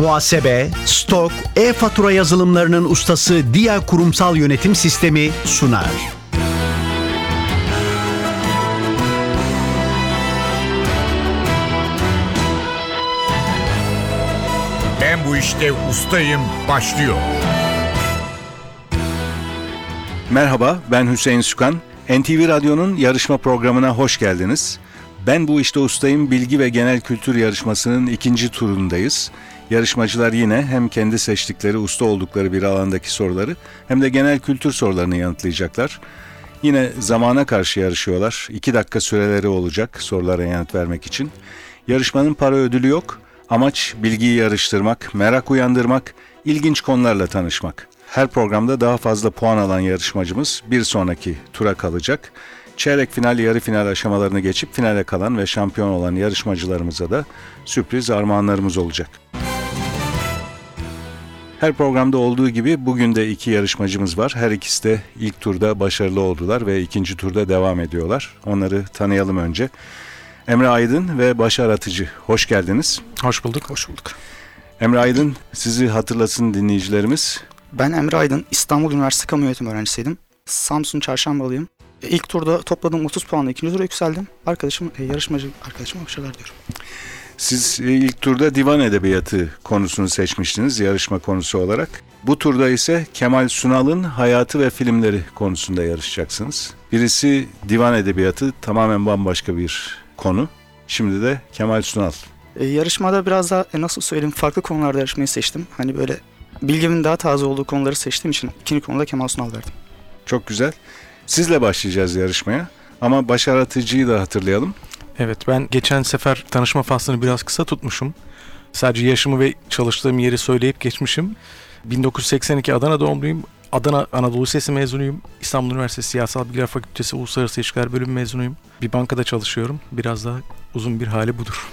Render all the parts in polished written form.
Muhasebe, stok, e-fatura yazılımlarının ustası Dia Kurumsal Yönetim Sistemi sunar. Ben bu işte ustayım başlıyor. Merhaba, ben Hüseyin Sükan. NTV Radyo'nun yarışma programına hoş geldiniz. Ben bu işte ustayım bilgi ve genel kültür yarışmasının ikinci turundayız. Yarışmacılar yine hem kendi seçtikleri usta oldukları bir alandaki soruları hem de genel kültür sorularını yanıtlayacaklar. Yine zamana karşı yarışıyorlar. 2 dakika süreleri olacak sorulara yanıt vermek için. Yarışmanın para ödülü yok. Amaç bilgiyi yarıştırmak, merak uyandırmak, ilginç konularla tanışmak. Her programda daha fazla puan alan yarışmacımız bir sonraki tura kalacak. Çeyrek final, yarı final aşamalarını geçip finale kalan ve şampiyon olan yarışmacılarımıza da sürpriz armağanlarımız olacak. Her programda olduğu gibi bugün de 2 yarışmacımız var. Her ikisi de ilk turda başarılı oldular ve ikinci turda devam ediyorlar. Onları tanıyalım önce. Emre Aydın ve Başar Atıcı, hoş geldiniz. Hoş bulduk. Hoş bulduk. Emre Aydın, sizi hatırlasın dinleyicilerimiz. Ben Emre Aydın, İstanbul Üniversitesi Kamu Yönetimi öğrencisiydim. Samsun Çarşambalıyım. İlk turda topladığım 30 puanla ikinci tura yükseldim. Yarışmacı arkadaşıma başarılar diyorum. Siz ilk turda divan edebiyatı konusunu seçmiştiniz yarışma konusu olarak. Bu turda ise Kemal Sunal'ın hayatı ve filmleri konusunda yarışacaksınız. Birisi divan edebiyatı, tamamen bambaşka bir konu. Şimdi de Kemal Sunal. Yarışmada biraz daha nasıl söyleyeyim farklı konularda yarışmayı seçtim. Hani böyle bilgimin daha taze olduğu konuları seçtiğim için ikinci konuda Kemal Sunal verdim. Çok güzel. Sizle başlayacağız yarışmaya ama Başar Atıcı'yı da hatırlayalım. Evet, ben geçen sefer tanışma faslını biraz kısa tutmuşum. Sadece yaşımı ve çalıştığım yeri söyleyip geçmişim. 1982 Adana doğumluyum. Adana Anadolu Lisesi mezunuyum. İstanbul Üniversitesi Siyasal Bilgiler Fakültesi Uluslararası İlişkiler Bölümü mezunuyum. Bir bankada çalışıyorum. Biraz daha uzun bir hali budur.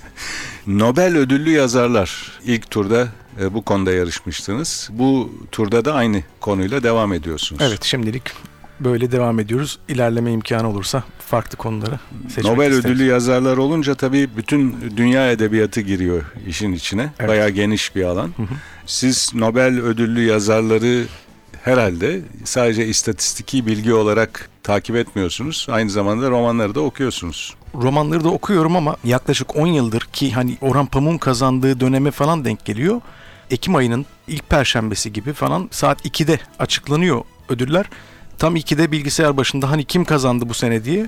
Nobel ödüllü yazarlar. İlk turda bu konuda yarışmıştınız. Bu turda da aynı konuyla devam ediyorsunuz. Evet, şimdilik böyle devam ediyoruz. İlerleme imkanı olursa farklı konuları seçmek Nobel isteriz. ödüllü yazarlar olunca tabii bütün dünya edebiyatı giriyor işin içine. Evet. Bayağı geniş bir alan. Hı hı. Siz Nobel ödüllü yazarları herhalde sadece istatistiki bilgi olarak takip etmiyorsunuz. Aynı zamanda romanları da okuyorsunuz. Romanları da okuyorum ama yaklaşık 10 yıldır ki hani Orhan Pamuk'un kazandığı döneme falan denk geliyor. Ekim ayının ilk perşembesi gibi falan saat 2'de açıklanıyor ödüller. Tam 2'de bilgisayar başında hani kim kazandı bu sene diye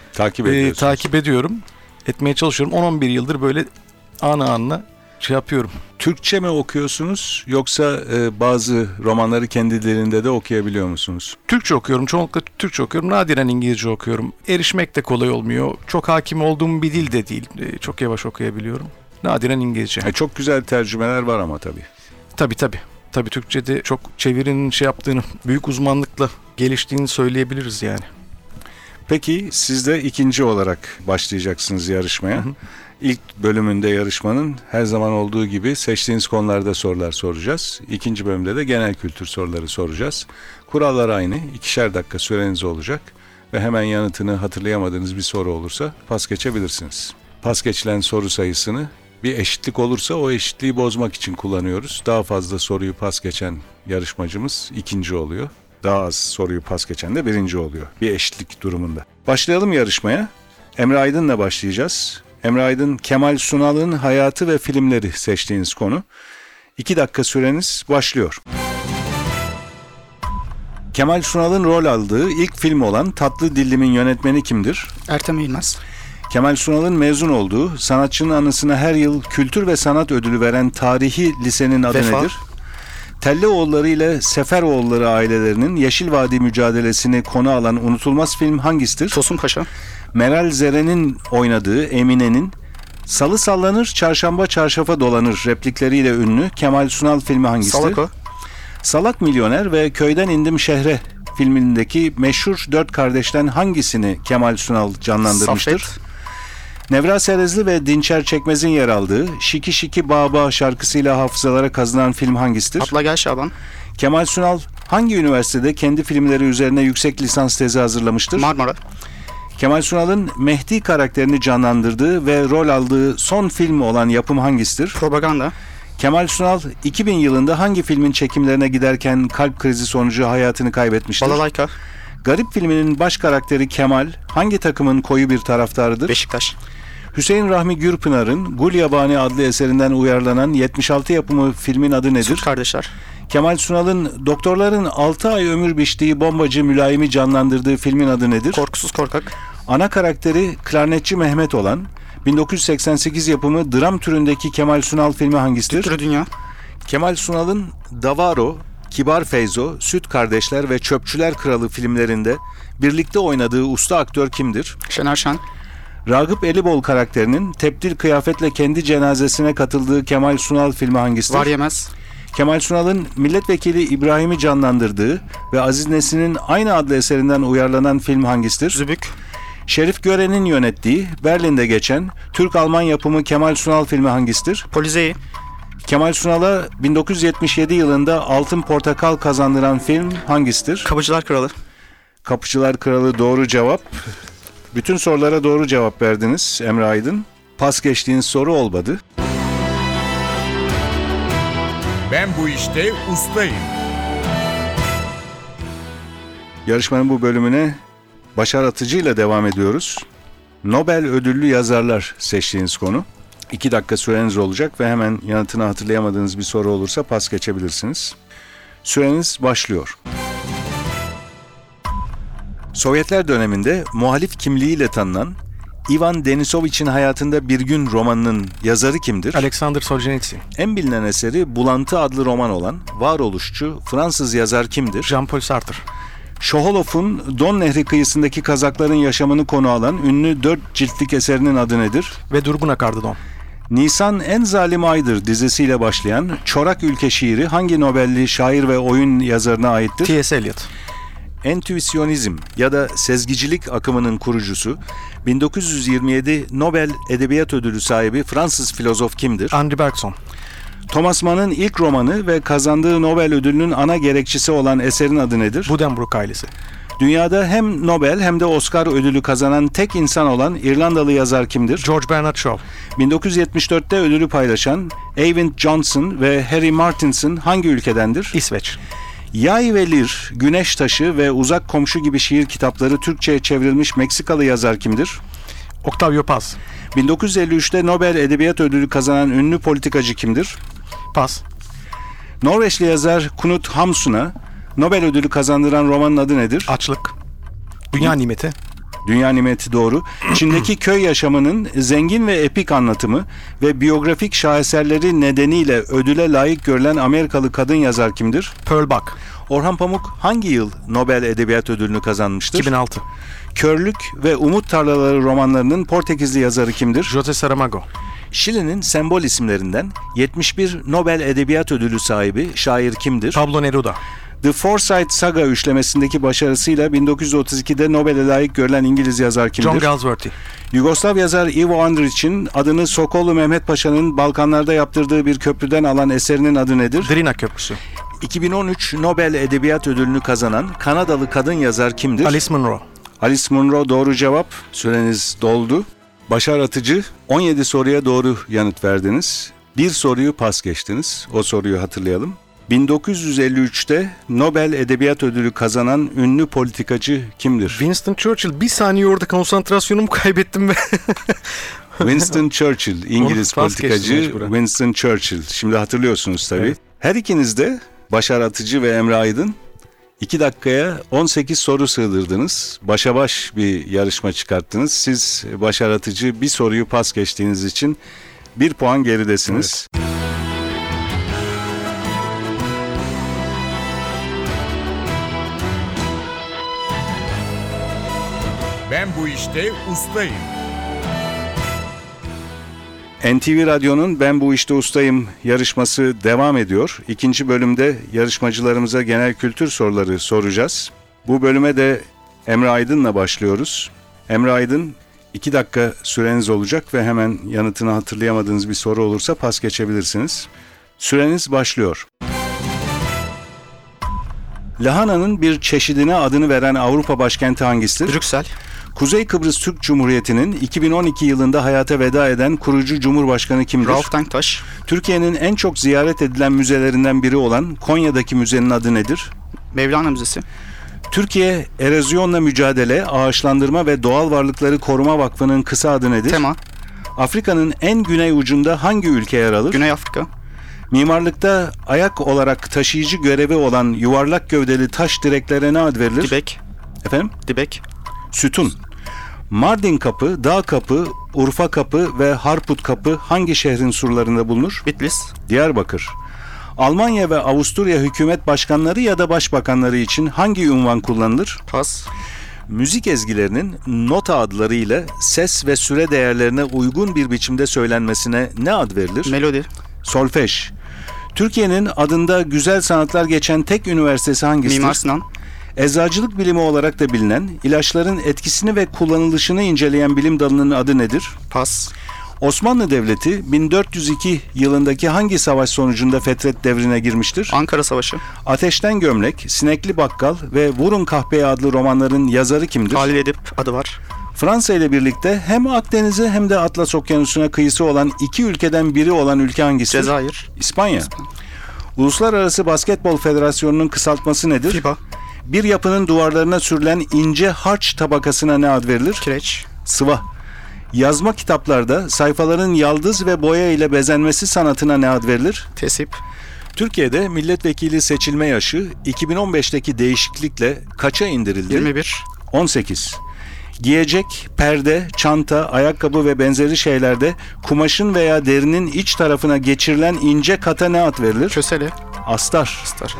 takip ediyorum. Etmeye çalışıyorum. 10-11 yıldır böyle anına yapıyorum. Türkçe mi okuyorsunuz yoksa bazı romanları kendi dilinde de okuyabiliyor musunuz? Türkçe okuyorum. Çoğunlukla Türkçe okuyorum. Nadiren İngilizce okuyorum. Erişmek de kolay olmuyor. Çok hakim olduğum bir dil de değil. Çok yavaş okuyabiliyorum. Nadiren İngilizce. Çok güzel tercümeler var ama tabii. Tabii Türkçe'de çok çevirinin yaptığını, büyük uzmanlıkla geliştiğini söyleyebiliriz yani. Peki siz de ikinci olarak başlayacaksınız yarışmaya. Hı hı. İlk bölümünde yarışmanın her zaman olduğu gibi seçtiğiniz konularda sorular soracağız. İkinci bölümde de genel kültür soruları soracağız. Kurallar aynı. 2'şer dakika süreniz olacak ve hemen yanıtını hatırlayamadığınız bir soru olursa pas geçebilirsiniz. Pas geçilen soru sayısını bir eşitlik olursa o eşitliği bozmak için kullanıyoruz. Daha fazla soruyu pas geçen yarışmacımız ikinci oluyor. Daha az soruyu pas geçen de birinci oluyor. Bir eşitlik durumunda. Başlayalım yarışmaya. Emre Aydın'la başlayacağız. Emre Aydın, Kemal Sunal'ın hayatı ve filmleri seçtiğiniz konu. 2 dakika süreniz başlıyor. Kemal Sunal'ın rol aldığı ilk film olan Tatlı Dillim'in yönetmeni kimdir? Ertem İlmez. Kemal Sunal'ın mezun olduğu, sanatçının anısına her yıl kültür ve sanat ödülü veren tarihi lisenin adı Vefa. nedir? Tellioğulları ile Seferoğulları ailelerinin Yeşil Vadi mücadelesini konu alan unutulmaz film hangisidir? Tosun Paşa. Meral Zeren'in oynadığı Emine'nin "Salı sallanır, çarşamba çarşafa dolanır" replikleriyle ünlü Kemal Sunal filmi hangisidir? Salako. Salak Milyoner ve Köyden İndim Şehre filmindeki meşhur 4 kardeşten hangisini Kemal Sunal canlandırmıştır? Saffet. Nevra Serezli ve Dinçer Çekmez'in yer aldığı Şiki Şiki Baba şarkısıyla hafızalara kazınan film hangisidir? Atla Gel Şaban. Kemal Sunal hangi üniversitede kendi filmleri üzerine yüksek lisans tezi hazırlamıştır? Marmara. Kemal Sunal'ın Mehdi karakterini canlandırdığı ve rol aldığı son film olan yapım hangisidir? Propaganda. Kemal Sunal 2000 yılında hangi filmin çekimlerine giderken kalp krizi sonucu hayatını kaybetmiştir? Balalayka. Garip filminin baş karakteri Kemal hangi takımın koyu bir taraftarıdır? Beşiktaş. Hüseyin Rahmi Gürpınar'ın Gul Yabani adlı eserinden uyarlanan 76 yapımı filmin adı nedir? Süt Kardeşler. Kemal Sunal'ın doktorların 6 ay ömür biçtiği bombacı Mülayim'i canlandırdığı filmin adı nedir? Korkusuz Korkak. Ana karakteri klarnetçi Mehmet olan 1988 yapımı dram türündeki Kemal Sunal filmi hangisidir? Türü Dünya. Kemal Sunal'ın Davaro, Kibar Feyzo, Süt Kardeşler ve Çöpçüler Kralı filmlerinde birlikte oynadığı usta aktör kimdir? Şener Şen. Ragıp Elibol karakterinin tebdil kıyafetle kendi cenazesine katıldığı Kemal Sunal filmi hangisidir? Var Yemez. Kemal Sunal'ın milletvekili İbrahim'i canlandırdığı ve Aziz Nesin'in aynı adlı eserinden uyarlanan film hangisidir? Zübük. Şerif Gören'in yönettiği, Berlin'de geçen Türk-Alman yapımı Kemal Sunal filmi hangisidir? Polizei. Kemal Sunal'a 1977 yılında Altın Portakal kazandıran film hangisidir? Kapıcılar Kralı. Kapıcılar Kralı doğru cevap. Bütün sorulara doğru cevap verdiniz Emre Aydın. Pas geçtiğiniz soru olmadı. Ben bu işte ustayım. Yarışmanın bu bölümüne Başar Atıcı ile devam ediyoruz. Nobel ödüllü yazarlar seçtiğiniz konu. 2 dakika süreniz olacak ve hemen yanıtını hatırlayamadığınız bir soru olursa pas geçebilirsiniz. Süreniz başlıyor. Sovyetler döneminde muhalif kimliğiyle tanınan Ivan Denisovich'in Hayatında Bir Gün romanının yazarı kimdir? Alexander Solzhenitsyn. En bilinen eseri Bulantı adlı roman olan varoluşçu Fransız yazar kimdir? Jean-Paul Sartre. Şoholov'un Don Nehri kıyısındaki Kazakların yaşamını konu alan ünlü 4 ciltlik eserinin adı nedir? Ve Durgun Akardı Don. Nisan En Zalim Aydır dizisiyle başlayan Çorak Ülke şiiri hangi Nobel'li şair ve oyun yazarına aittir? T.S. Eliot. Entüisyonizm ya da sezgicilik akımının kurucusu 1927 Nobel Edebiyat Ödülü sahibi Fransız filozof kimdir? Henri Bergson. Thomas Mann'ın ilk romanı ve kazandığı Nobel ödülünün ana gerekçesi olan eserin adı nedir? Buddenbrook ailesi. Dünyada hem Nobel hem de Oscar ödülü kazanan tek insan olan İrlandalı yazar kimdir? George Bernard Shaw. 1974'te ödülü paylaşan Eyvind Johnson ve Harry Martinson hangi ülkedendir? İsveç. Yay ve Lir, Güneş Taşı ve Uzak Komşu gibi şiir kitapları Türkçe'ye çevrilmiş Meksikalı yazar kimdir? Octavio Paz. 1953'te Nobel Edebiyat Ödülü kazanan ünlü politikacı kimdir? Paz. Norveçli yazar Knut Hamsun'a Nobel Ödülü kazandıran romanın adı nedir? Açlık. Dünya nimeti. Dünya Nimeti doğru. Çin'deki köy yaşamının zengin ve epik anlatımı ve biyografik şaheserleri nedeniyle ödüle layık görülen Amerikalı kadın yazar kimdir? Pearl Buck. Orhan Pamuk hangi yıl Nobel Edebiyat Ödülünü kazanmıştır? 2006. Körlük ve Umut Tarlaları romanlarının Portekizli yazarı kimdir? José Saramago. Şili'nin sembol isimlerinden 71 Nobel Edebiyat Ödülü sahibi şair kimdir? Pablo Neruda. The Forsyte Saga üçlemesindeki başarısıyla 1932'de Nobel'e layık görülen İngiliz yazar kimdir? John Galsworthy. Yugoslav yazar Ivo Andrić'in adını Sokollu Mehmet Paşa'nın Balkanlarda yaptırdığı bir köprüden alan eserinin adı nedir? Drina Köprüsü. 2013 Nobel Edebiyat Ödülünü kazanan Kanadalı kadın yazar kimdir? Alice Munro. Alice Munro doğru cevap. Süreniz doldu. Başar Atıcı 17 soruya doğru yanıt verdiniz. Bir soruyu pas geçtiniz. O soruyu hatırlayalım. 1953'te Nobel Edebiyat Ödülü kazanan ünlü politikacı kimdir? Winston Churchill. Bir saniye orada konsantrasyonumu kaybettim ve... Winston Churchill, İngiliz Onu pas geçtim politikacı mecburen. Winston Churchill. Şimdi hatırlıyorsunuz tabii. Evet. Her ikiniz de Başar Atıcı ve Emre Aydın 2 dakikaya 18 soru sığdırdınız. Başa baş bir yarışma çıkarttınız. Siz Başar Atıcı bir soruyu pas geçtiğiniz için 1 puan geridesiniz. Evet. Ben bu işte ustayım. NTV Radyo'nun Ben Bu İşte Ustayım yarışması devam ediyor. İkinci bölümde yarışmacılarımıza genel kültür soruları soracağız. Bu bölüme de Emre Aydın'la başlıyoruz. Emre Aydın 2 dakika süreniz olacak ve hemen yanıtını hatırlayamadığınız bir soru olursa pas geçebilirsiniz. Süreniz başlıyor. Lahananın bir çeşidine adını veren Avrupa başkenti hangisidir? Brüksel. Kuzey Kıbrıs Türk Cumhuriyeti'nin 2012 yılında hayata veda eden kurucu Cumhurbaşkanı kimdir? Rauf Denktaş. Türkiye'nin en çok ziyaret edilen müzelerinden biri olan Konya'daki müzenin adı nedir? Mevlana Müzesi. Türkiye Erozyonla Mücadele, Ağaçlandırma ve Doğal Varlıkları Koruma Vakfı'nın kısa adı nedir? Tema. Afrika'nın en güney ucunda hangi ülke yer alır? Güney Afrika. Mimarlıkta ayak olarak taşıyıcı görevi olan yuvarlak gövdeli taş direklere ne ad verilir? Dibek. Efendim? Dibek. Sütun. Mardin Kapı, Dağ Kapı, Urfa Kapı ve Harput Kapı hangi şehrin surlarında bulunur? Bitlis. Diyarbakır. Almanya ve Avusturya hükümet başkanları ya da başbakanları için hangi unvan kullanılır? Pas. Müzik ezgilerinin nota adları ile ses ve süre değerlerine uygun bir biçimde söylenmesine ne ad verilir? Melodi. Solfej. Türkiye'nin adında güzel sanatlar geçen tek üniversitesi hangisidir? Mimar Sinan. Eczacılık bilimi olarak da bilinen, ilaçların etkisini ve kullanılışını inceleyen bilim dalının adı nedir? Pas. Osmanlı Devleti 1402 yılındaki hangi savaş sonucunda Fetret devrine girmiştir? Ankara Savaşı. Ateşten Gömlek, Sinekli Bakkal ve Vurun Kahpeye adlı romanların yazarı kimdir? Halil Edip adı var. Fransa ile birlikte hem Akdeniz'e hem de Atlas Okyanusu'na kıyısı olan iki ülkeden biri olan ülke hangisidir? Cezayir. İspanya. Uluslararası Basketbol Federasyonu'nun kısaltması nedir? FIBA. Bir yapının duvarlarına sürülen ince harç tabakasına ne ad verilir? Kireç. Sıva. Yazma kitaplarda sayfaların yaldız ve boya ile bezenmesi sanatına ne ad verilir? Tesip. Türkiye'de milletvekili seçilme yaşı 2015'teki değişiklikle kaça indirildi? 21. 18. Giyecek, perde, çanta, ayakkabı ve benzeri şeylerde kumaşın veya derinin iç tarafına geçirilen ince kata ne ad verilir? Kösele. Astar. Star.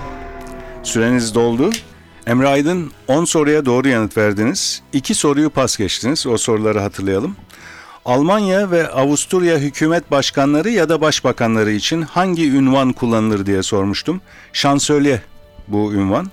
Süreniz doldu. Emre Aydın 10 soruya doğru yanıt verdiniz. 2 soruyu pas geçtiniz. O soruları hatırlayalım. Almanya ve Avusturya hükümet başkanları ya da başbakanları için hangi ünvan kullanılır diye sormuştum. Şansölye bu ünvan.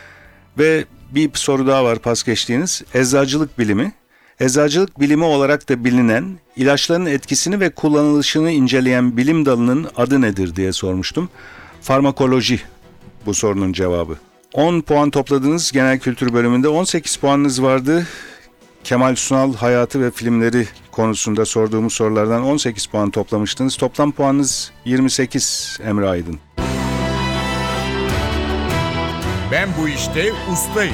Ve bir soru daha var pas geçtiğiniz. Eczacılık bilimi. Eczacılık bilimi olarak da bilinen, ilaçların etkisini ve kullanılışını inceleyen bilim dalının adı nedir diye sormuştum. Farmakoloji bu sorunun cevabı. 10 puan topladınız genel kültür bölümünde. 18 puanınız vardı. Kemal Sunal hayatı ve filmleri konusunda sorduğumuz sorulardan 18 puan toplamıştınız. Toplam puanınız 28 Emre Aydın. Ben bu işte ustayım.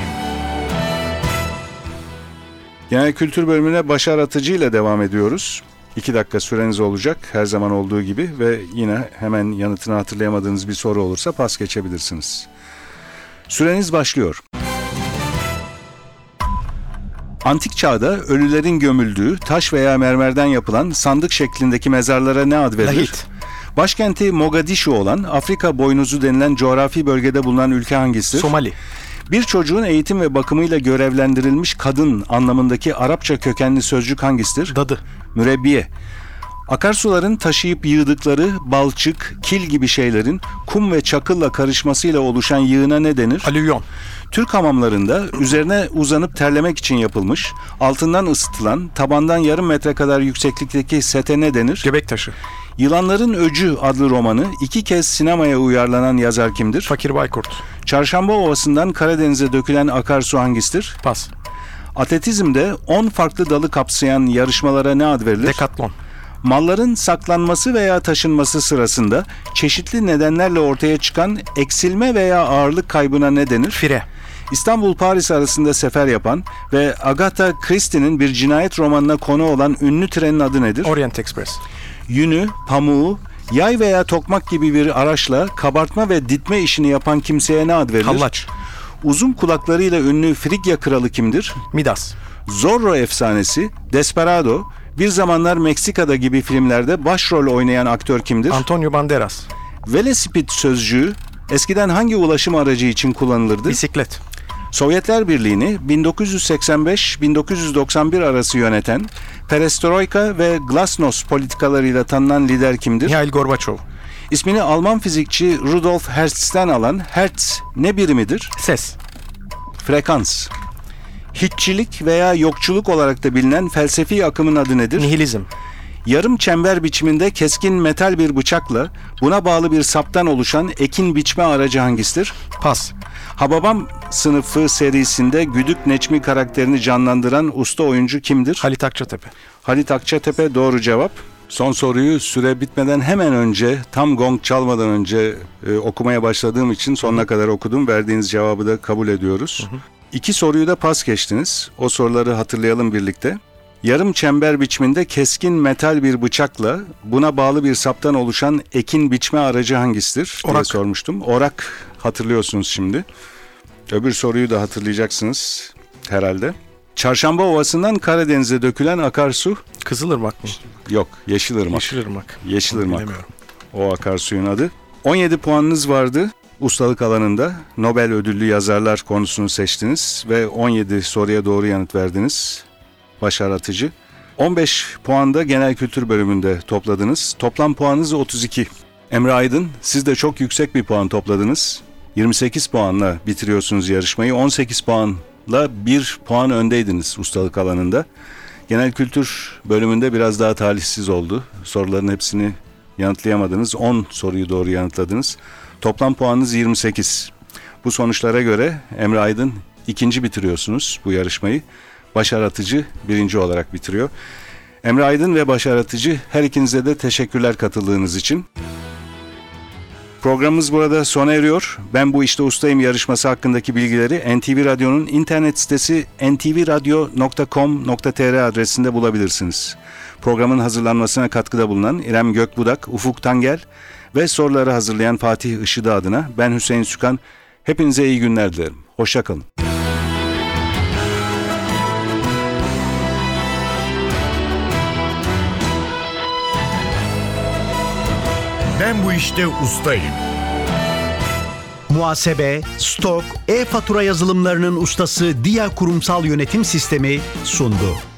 Genel kültür bölümüne Başar Atıcı ile devam ediyoruz. 2 dakika süreniz olacak her zaman olduğu gibi ve yine hemen yanıtını hatırlayamadığınız bir soru olursa pas geçebilirsiniz. Süreniz başlıyor. Antik çağda ölülerin gömüldüğü taş veya mermerden yapılan sandık şeklindeki mezarlara ne ad verilir? Lahit. Başkenti Mogadishu olan Afrika boynuzu denilen coğrafi bölgede bulunan ülke hangisidir? Somali. Bir çocuğun eğitim ve bakımıyla görevlendirilmiş kadın anlamındaki Arapça kökenli sözcük hangisidir? Dadı. Mürebbiye. Akarsuların taşıyıp yığdıkları balçık, kil gibi şeylerin kum ve çakılla karışmasıyla oluşan yığına ne denir? Alüvyon. Türk hamamlarında üzerine uzanıp terlemek için yapılmış, altından ısıtılan, tabandan yarım metre kadar yükseklikteki sete ne denir? Göbek taşı. Yılanların Öcü adlı romanı 2 kez sinemaya uyarlanan yazar kimdir? Fakir Baykurt. Çarşamba Ovası'ndan Karadeniz'e dökülen akarsu hangisidir? Pas. Atletizmde 10 farklı dalı kapsayan yarışmalara ne ad verilir? Dekatlon. Malların saklanması veya taşınması sırasında çeşitli nedenlerle ortaya çıkan eksilme veya ağırlık kaybına ne denir? Fire. İstanbul-Paris arasında sefer yapan ve Agatha Christie'nin bir cinayet romanına konu olan ünlü trenin adı nedir? Orient Express. Yünü, pamuğu, yay veya tokmak gibi bir araçla kabartma ve ditme işini yapan kimseye ne ad verilir? Hallaç. Uzun kulaklarıyla ünlü Frigya kralı kimdir? Midas. Zorro efsanesi, Desperado, Bir Zamanlar Meksika'da gibi filmlerde başrol oynayan aktör kimdir? Antonio Banderas. Velosiped sözcüğü eskiden hangi ulaşım aracı için kullanılırdı? Bisiklet. Sovyetler Birliği'ni 1985-1991 arası yöneten Perestroika ve Glasnost politikalarıyla tanınan lider kimdir? Mihail Gorbaçov. İsmini Alman fizikçi Rudolf Hertz'ten alan Hertz ne birimidir? Ses. Frekans. Hiççilik veya yokçuluk olarak da bilinen felsefi akımın adı nedir? Nihilizm. Yarım çember biçiminde keskin metal bir bıçakla buna bağlı bir saptan oluşan ekin biçme aracı hangisidir? Pas. Hababam sınıfı serisinde Güdük Necmi karakterini canlandıran usta oyuncu kimdir? Halit Akçatepe. Halit Akçatepe doğru cevap. Son soruyu süre bitmeden hemen önce, tam gong çalmadan önce okumaya başladığım için sonuna kadar okudum. Verdiğiniz cevabı da kabul ediyoruz. 2 soruyu da pas geçtiniz. O soruları hatırlayalım birlikte. Yarım çember biçiminde keskin metal bir bıçakla buna bağlı bir saptan oluşan ekin biçme aracı hangisidir diye Orak. sormuştum. Orak hatırlıyorsunuz şimdi. Öbür soruyu da hatırlayacaksınız herhalde. Çarşamba Ovası'ndan Karadeniz'e dökülen akarsu Kızılırmak mı? yok. Yeşilırmak. Yeşilırmak. Yeşilırmak. Bilemiyorum. O akarsuyun adı. 17 puanınız vardı ustalık alanında. Nobel ödüllü yazarlar konusunu seçtiniz ve 17 soruya doğru yanıt verdiniz. Başaratıcı. 15 puan da genel kültür bölümünde topladınız. Toplam puanınız 32. Emre Aydın, siz de çok yüksek bir puan topladınız. 28 puanla bitiriyorsunuz yarışmayı. 18 puanla 1 puan öndeydiniz ustalık alanında. Genel kültür bölümünde biraz daha talihsiz oldu. Soruların hepsini yanıtlayamadınız. 10 soruyu doğru yanıtladınız. Toplam puanınız 28. Bu sonuçlara göre Emre Aydın ikinci bitiriyorsunuz bu yarışmayı. Başar Atıcı birinci olarak bitiriyor. Emre Aydın ve Başar Atıcı, her ikinize de teşekkürler katıldığınız için. Programımız burada sona eriyor. Ben bu işte ustayım yarışması hakkındaki bilgileri NTV Radyo'nun internet sitesi ntvradio.com.tr adresinde bulabilirsiniz. Programın hazırlanmasına katkıda bulunan İrem Gökbudak, Ufuk Tangel ve soruları hazırlayan Fatih Işıdı adına ben Hüseyin Sükan. Hepinize iyi günler dilerim. Hoşça kalın. Ben bu işte ustayım. Muhasebe, stok, e-fatura yazılımlarının ustası Dia Kurumsal Yönetim Sistemi sundu.